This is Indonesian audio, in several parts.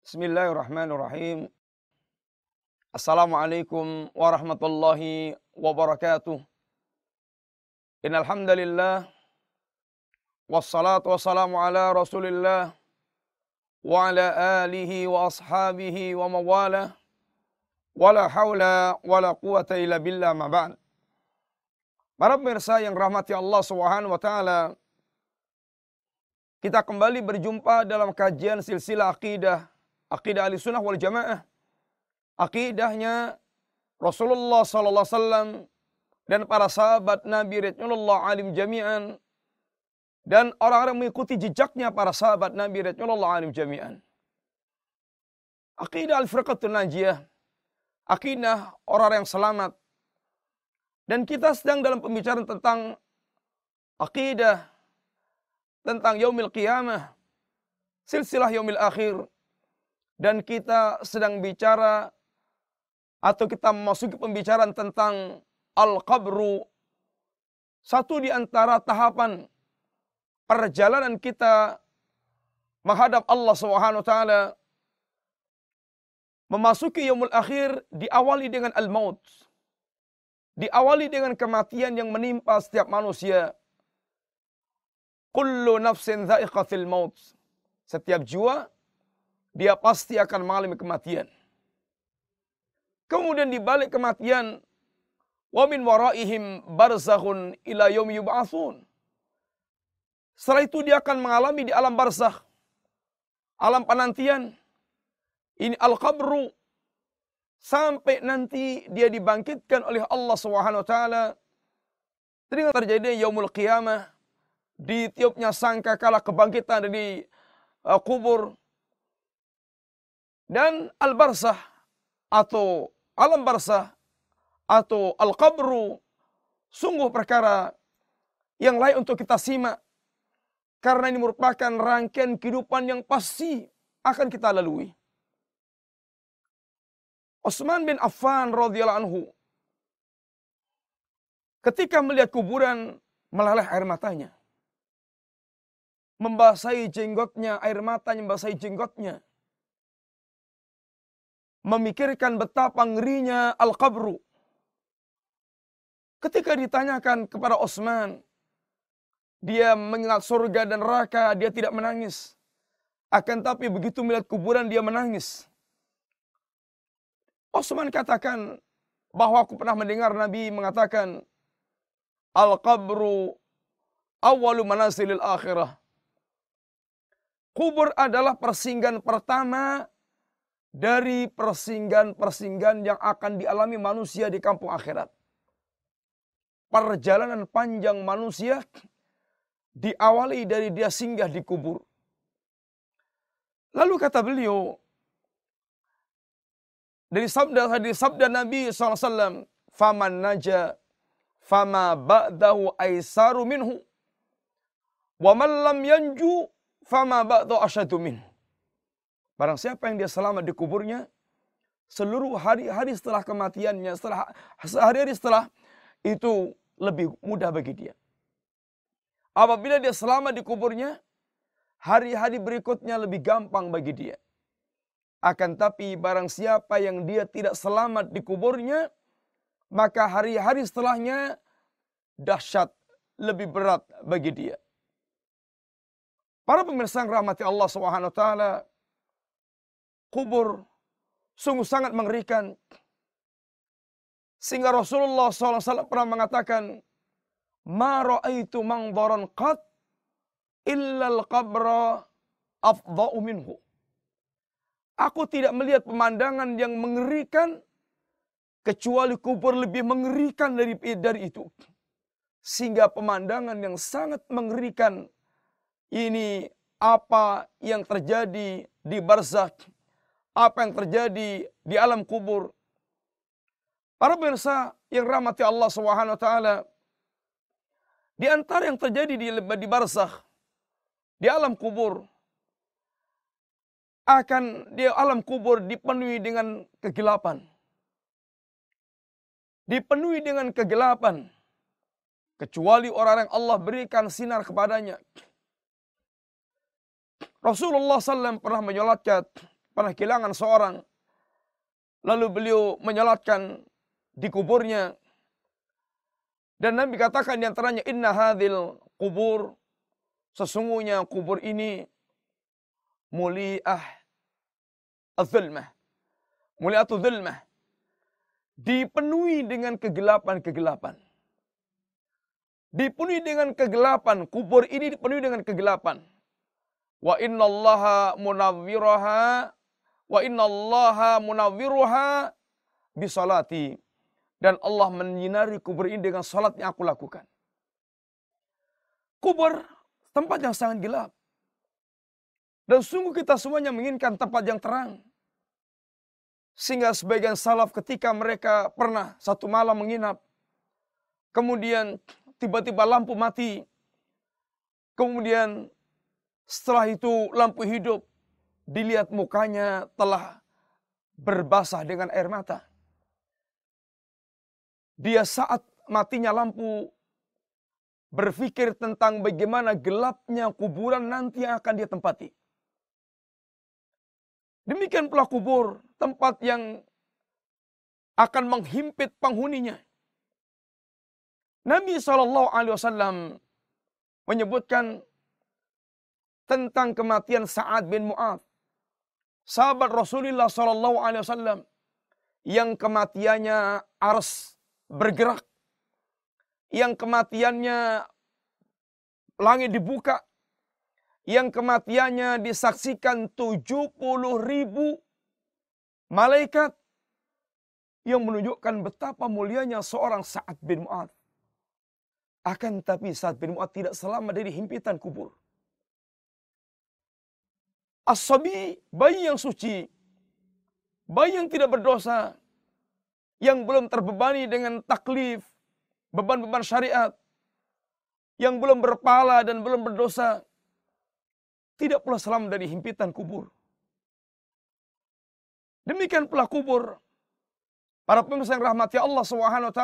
Bismillahirrahmanirrahim. Assalamualaikum warahmatullahi wabarakatuh. Innal hamdalillah wassalatu wassalamu ala Rasulillah wa ala alihi wa ashabihi wa mawalah. Wala haula wala quwata illa billah ma ba'd. Para pemirsa yang rahmati Allah Subhanahu wa taala, kita kembali berjumpa dalam kajian silsilah akidah Ahlussunnah wal Jamaah. Akidahnya Rasulullah sallallahu alaihi wasallam dan para sahabat Nabi radhiyallahu alim jami'an, dan orang-orang mengikuti jejaknya para sahabat Nabi radhiyallahu alim jami'an. Akidah al-firqatul najiyah, akidah orang yang selamat. Dan kita sedang dalam pembicaraan tentang akidah, tentang yaumil qiyamah, silsilah yaumil akhir. Dan kita sedang bicara atau kita memasuki pembicaraan tentang al-qabru, satu di antara tahapan perjalanan kita menghadap Allah Subhanahu wa taala. Memasuki yaumul akhir diawali dengan al-maut. Diawali dengan kematian yang menimpa setiap manusia. Kullu nafsin dha'iqatil maut. Setiap jiwa dia pasti akan mengalami kematian. Kemudian di balik kematian, wa min waraihim barzakhun ila yaumi yub'atsun. Setelah itu dia akan mengalami di alam barzakh, alam penantian. Ini al-qabru, sampai nanti dia dibangkitkan oleh Allah Subhanahu wa taala. Dengan terjadi yaumul qiyamah, ditiupnya sangkakala kebangkitan dari kubur. Dan al-barzakh atau alam barzakh atau al-qabru sungguh perkara yang layak untuk kita simak, karena ini merupakan rangkaian kehidupan yang pasti akan kita lalui. Utsman bin Affan radhiyallahu anhu ketika melihat kuburan meleleh air matanya, membasahi jenggotnya, air matanya membasahi jenggotnya, memikirkan betapa ngerinya al-qabru. Ketika ditanyakan kepada Utsman, dia mengingat surga dan neraka, dia tidak menangis. Akan tapi begitu melihat kuburan dia menangis. Utsman katakan bahwa aku pernah mendengar Nabi mengatakan, al-qabru awwalu manazilil akhirah. Kubur adalah persinggahan pertama dari persinggahan-persinggahan yang akan dialami manusia di kampung akhirat. Perjalanan panjang manusia diawali dari dia singgah di kubur. Lalu kata beliau, dari sabda Nabi SAW, faman naja fama ba'dahu aisaru minhu, wa man lam yanju fama ba'dahu asyadu minhu. Barang siapa yang dia selamat di kuburnya, seluruh hari-hari setelah kematiannya, sehari-hari setelah itu lebih mudah bagi dia. Apabila dia selamat di kuburnya, hari-hari berikutnya lebih gampang bagi dia. Akan tapi barang siapa yang dia tidak selamat di kuburnya, maka hari-hari setelahnya dahsyat, lebih berat bagi dia. Para pemirsa yang rahmati Allah Subhanahu wa taala, kubur sungguh sangat mengerikan. Sehingga Rasulullah SAW pernah mengatakan, ma ra'aitu mangdaran qat illa al-qabra afdha'u minhu. Aku tidak melihat pemandangan yang mengerikan kecuali kubur lebih mengerikan dari itu. Sehingga pemandangan yang sangat mengerikan ini apa yang terjadi di barzakh, apa yang terjadi di alam kubur. Para pemirsa yang rahmati Allah Subhanahu wa taala, di antara yang terjadi di barzakh, di alam kubur, di alam kubur dipenuhi dengan kegelapan. Dipenuhi dengan kegelapan, kecuali orang yang Allah berikan sinar kepadanya. Rasulullah SAW pernah menyolatkan pernah kehilangan seorang. Lalu beliau menyolatkan di kuburnya. Dan Nabi katakan di antaranya, inna hadhil kubur, sesungguhnya kubur ini muli'ah az-zulmah. Muli'atu zulmah. Dipenuhi dengan kegelapan-kegelapan. Dipenuhi dengan kegelapan. Kubur ini dipenuhi dengan kegelapan. Wa innallaha munawwiraha wa innallaha munawwiruha bisalati. Dan Allah menyinari kubur ini dengan salat yang aku lakukan. Kubur tempat yang sangat gelap. Dan sungguh kita semuanya menginginkan tempat yang terang. Sehingga sebagian salaf ketika mereka pernah satu malam menginap. Kemudian tiba-tiba lampu mati. Kemudian setelah itu lampu hidup. Dilihat mukanya telah berbasah dengan air mata. Dia saat matinya lampu berpikir tentang bagaimana gelapnya kuburan nanti yang akan dia tempati. Demikian pula kubur, tempat yang akan menghimpit penghuninya. Nabi SAW menyebutkan tentang kematian Sa'ad bin Mu'adz, sahabat Rasulullah SAW yang kematiannya ars bergerak, yang kematiannya langit dibuka, yang kematiannya disaksikan 70.000 malaikat, yang menunjukkan betapa mulianya seorang Sa'ad bin Mu'adz. Akan tapi Sa'ad bin Mu'adz tidak selamat dari himpitan kubur. As-sabi, bayi yang suci, bayi yang tidak berdosa, yang belum terbebani dengan taklif, beban-beban syariat, yang belum berpala dan belum berdosa, tidak pula selamat dari himpitan kubur. Demikian pula kubur, para pemirsa yang rahmati Allah SWT,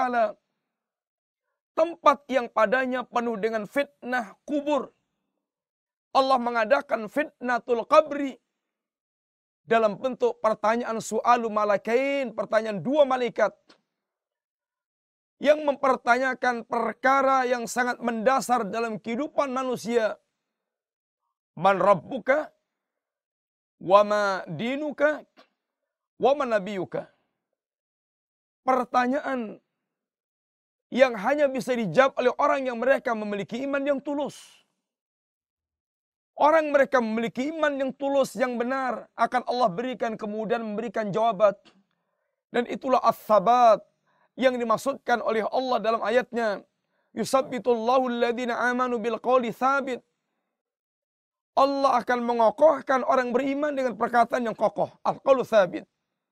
tempat yang padanya penuh dengan fitnah kubur. Allah mengadakan fitnatul qabri dalam bentuk pertanyaan su'alu malakain, pertanyaan dua malaikat yang mempertanyakan perkara yang sangat mendasar dalam kehidupan manusia. Man rabbuka, wa ma dinuka, wa ma nabiyuka. Pertanyaan yang hanya bisa dijawab oleh orang yang mereka memiliki iman yang tulus. Orang mereka memiliki iman yang tulus, yang benar, akan Allah berikan kemudian memberikan jawaban. Dan itulah as-sabat yang dimaksudkan oleh Allah dalam ayatnya. Yusabbitullahu alladhina amanu bil qawli thabit. Allah akan mengokohkan orang beriman dengan perkataan yang kokoh. Al-qawlu thabit.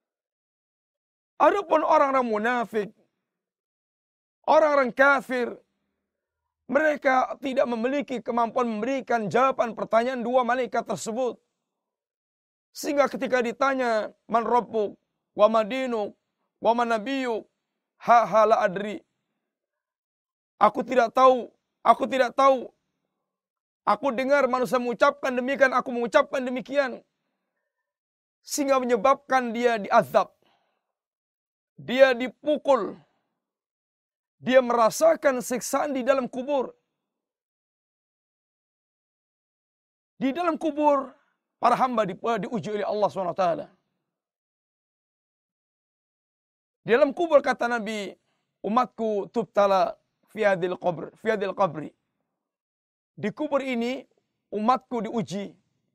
Adapun orang-orang munafik, orang-orang kafir, mereka tidak memiliki kemampuan memberikan jawaban pertanyaan dua malaikat tersebut. Sehingga ketika ditanya, man rabbuk, wa ma dinuk, wa ma nabiyuk, ha la adri. Aku tidak tahu, aku tidak tahu. Aku dengar manusia mengucapkan demikian, aku mengucapkan demikian. Sehingga menyebabkan dia diazab. Dia dipukul. Dia merasakan siksaan di dalam kubur. Di dalam kubur, para hamba diuji oleh Allah SWT. Di dalam kubur kata Nabi, umatku tubtala fi hadil qabri. Di kubur ini, umatku diuji.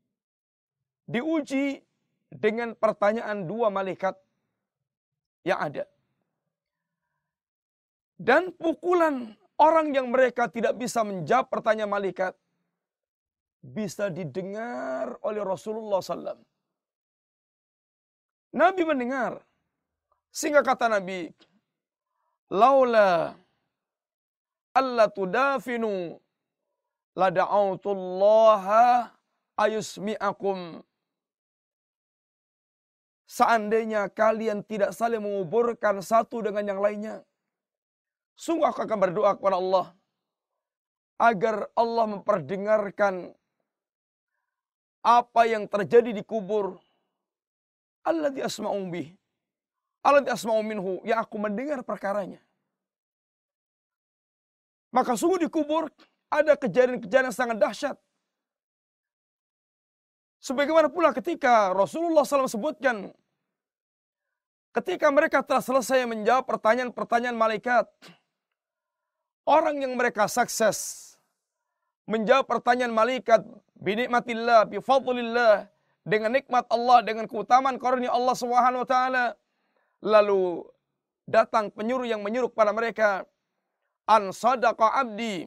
Diuji dengan pertanyaan dua malaikat yang ada. Dan pukulan orang yang mereka tidak bisa menjawab pertanyaan malaikat bisa didengar oleh Rasulullah SAW. Nabi mendengar. Sehingga kata Nabi, laula alla tudafinu la da'autullaha ayusmi'akum. Seandainya kalian tidak saling menguburkan satu dengan yang lainnya, sungguh aku akan berdoa kepada Allah agar Allah memperdengarkan apa yang terjadi di kubur alladzi asma'u bih, alladzi asma'u minhu, yang aku mendengar perkaranya. Maka sungguh di kubur ada kejadian-kejadian yang sangat dahsyat. Sebagaimana pula ketika Rasulullah SAW sebutkan, ketika mereka telah selesai menjawab pertanyaan-pertanyaan malaikat, orang yang mereka sukses menjawab pertanyaan malaikat binikmatillah, bifadlillah, dengan nikmat Allah, dengan keutamaan karunia Allah Subhanahu wa taala, lalu datang penyuruh yang menyuruh kepada mereka, an sadaqa abdi,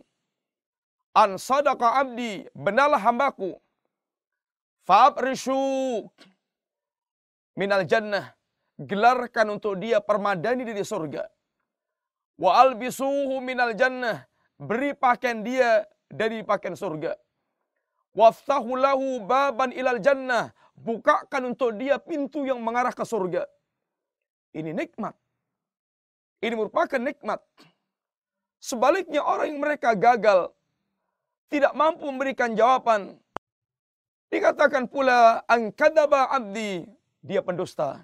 benarlah hambaku, fa'abrishu minal jannah, gelarkan untuk dia permadani dari surga, wa albisuhu minal jannah, beri pakaian dia dari pakaian surga, waftahu lahu baban ilal jannah, bukakan untuk dia pintu yang mengarah ke surga. Ini nikmat. Ini merupakan nikmat. Sebaliknya orang yang mereka gagal, tidak mampu memberikan jawaban, dikatakan pula an kadzaba abdi, dia pendusta.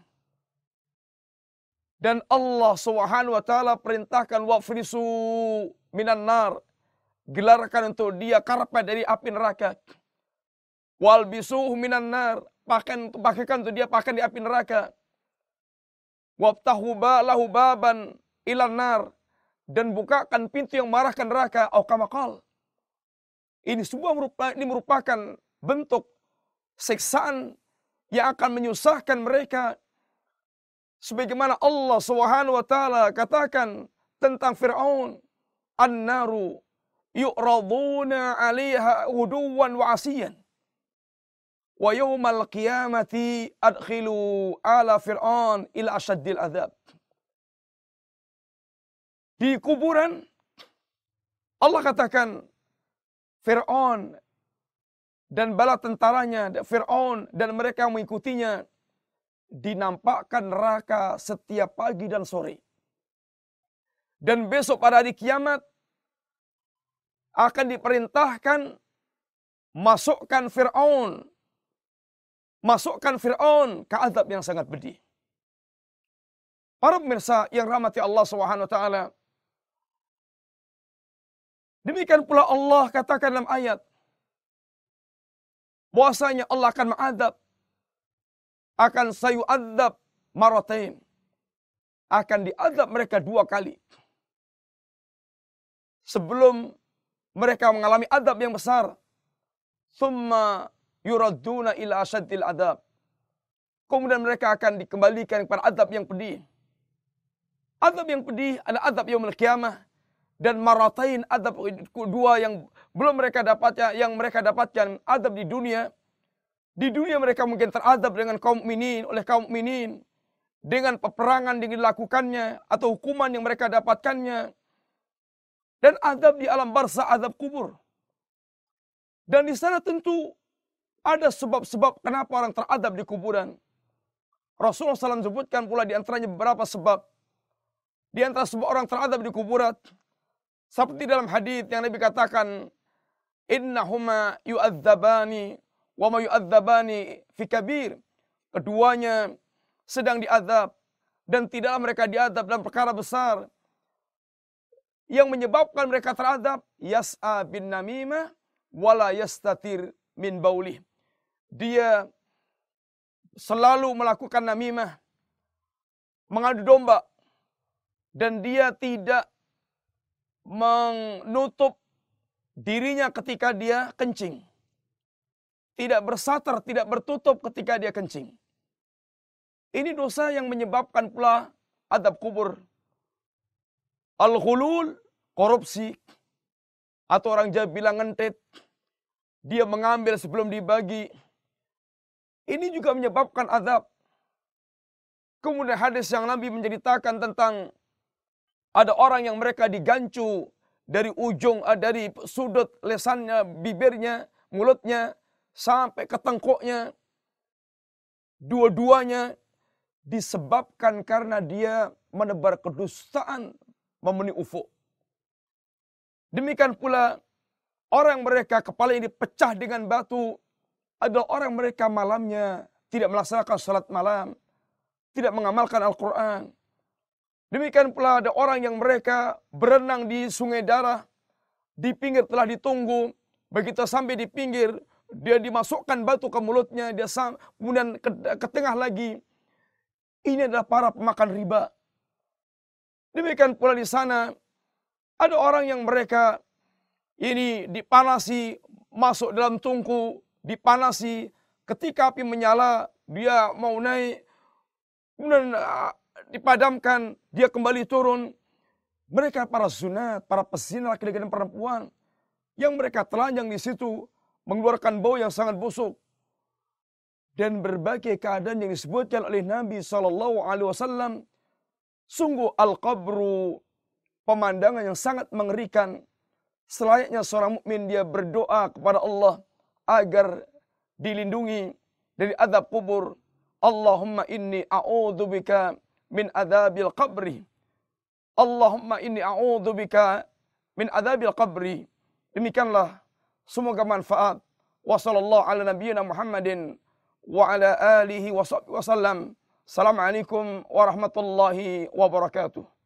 Dan Allah Subhanahu wa taala perintahkan wafrisu minan nar, gelarkan untuk dia karpet dari api neraka. Walbisuhu minan nar, pakaikan untuk dia pakaian di api neraka. Wabtahu lahu baban ilan nar, dan bukakan pintu yang mengarah ke neraka. Kamakal. Ini merupakan bentuk siksaan yang akan menyusahkan mereka. Sebagaimana Allah Subhanahu wa taala katakan tentang Fir'aun, an-naru yu'raduna 'alaiha uduwan wa 'asiyan, wa yawmal qiyamati adkhilu ala fir'aun ila asyaddil adzab. Di kuburan Allah katakan Fir'aun dan bala tentaranya, Fir'aun dan mereka yang mengikutinya, dinampakkan neraka setiap pagi dan sore. Dan besok pada hari kiamat akan diperintahkan masukkan Fir'aun ke azab yang sangat pedih. Para pemirsa yang rahmati Allah Subhanahu wa taala, demikian pula Allah katakan dalam ayat bahwasanya Allah akan mengazab, akan sayu'adzab maratain, akan diazab mereka 2 kali sebelum mereka mengalami azab yang besar. Tsumma yuradduna ila asyaddil adzab, kemudian mereka akan dikembalikan kepada azab yang pedih. Azab yang pedih adalah azab yaumul qiyamah, dan maratain, azab kedua yang belum mereka dapatkan, yang mereka dapatkan azab di dunia. Di dunia mereka mungkin terazab dengan kaum mukminin, dengan peperangan yang dilakukannya atau hukuman yang mereka dapatkannya. Dan azab di alam barzakh, azab kubur. Dan di sana tentu ada sebab-sebab kenapa orang terazab di kuburan. Rasulullah SAW sebutkan pula di antaranya beberapa sebab. Di antara sebab orang terazab di kuburan, seperti dalam hadis yang Nabi katakan, innahuma yu'adzabani wa ma yu'adzabani fi kabir. Keduanya sedang diazab dan tidaklah mereka diazab dalam perkara besar. Yang menyebabkan mereka terazab, yas'a bin namimah wala yastatir min baulih. Dia selalu melakukan namimah, mengadu domba, dan dia tidak menutup dirinya ketika dia kencing. Tidak bersatar, tidak bertutup ketika dia kencing. Ini dosa yang menyebabkan pula azab kubur. Al-ghulul, korupsi, atau orang Jawa bilang ngentit, dia mengambil sebelum dibagi. Ini juga menyebabkan azab. Kemudian hadis yang Nabi menceritakan tentang ada orang yang mereka digancu dari ujung, dari sudut lesannya, bibirnya, mulutnya, sampai ke tengkuknya. Dua-duanya disebabkan karena dia menebar kedustaan, memenuhi ufuk. Demikian pula orang mereka kepala ini pecah dengan batu adalah orang mereka malamnya tidak melaksanakan salat malam, tidak mengamalkan Al-Quran. Demikian pula ada orang yang mereka berenang di sungai darah, di pinggir telah ditunggu, begitu sampai di pinggir, dia dimasukkan batu ke mulutnya, dia kemudian ke tengah lagi. Ini adalah para pemakan riba. Demikian pula di sana, ada orang yang mereka ini dipanasi, masuk dalam tungku, dipanasi, ketika api menyala, dia mau naik, kemudian dipadamkan, dia kembali turun. Mereka para zunat, para pezina laki-laki dan perempuan, yang mereka telanjang di situ, mengeluarkan bau yang sangat busuk. Dan berbagai keadaan yang disebutkan oleh Nabi SAW, sungguh al-qabru, pemandangan yang sangat mengerikan. Selayaknya seorang mukmin dia berdoa kepada Allah agar dilindungi dari azab kubur. Allahumma inni a'udzubika min adzabil qabri. Allahumma inni a'udzubika min adzabil qabri. Demikianlah, semoga manfaat. Wa sallallahu ala nabiyyina Muhammadin wa ala alihi wa sahbihi wasallam. Assalamualaikum warahmatullahi wabarakatuh.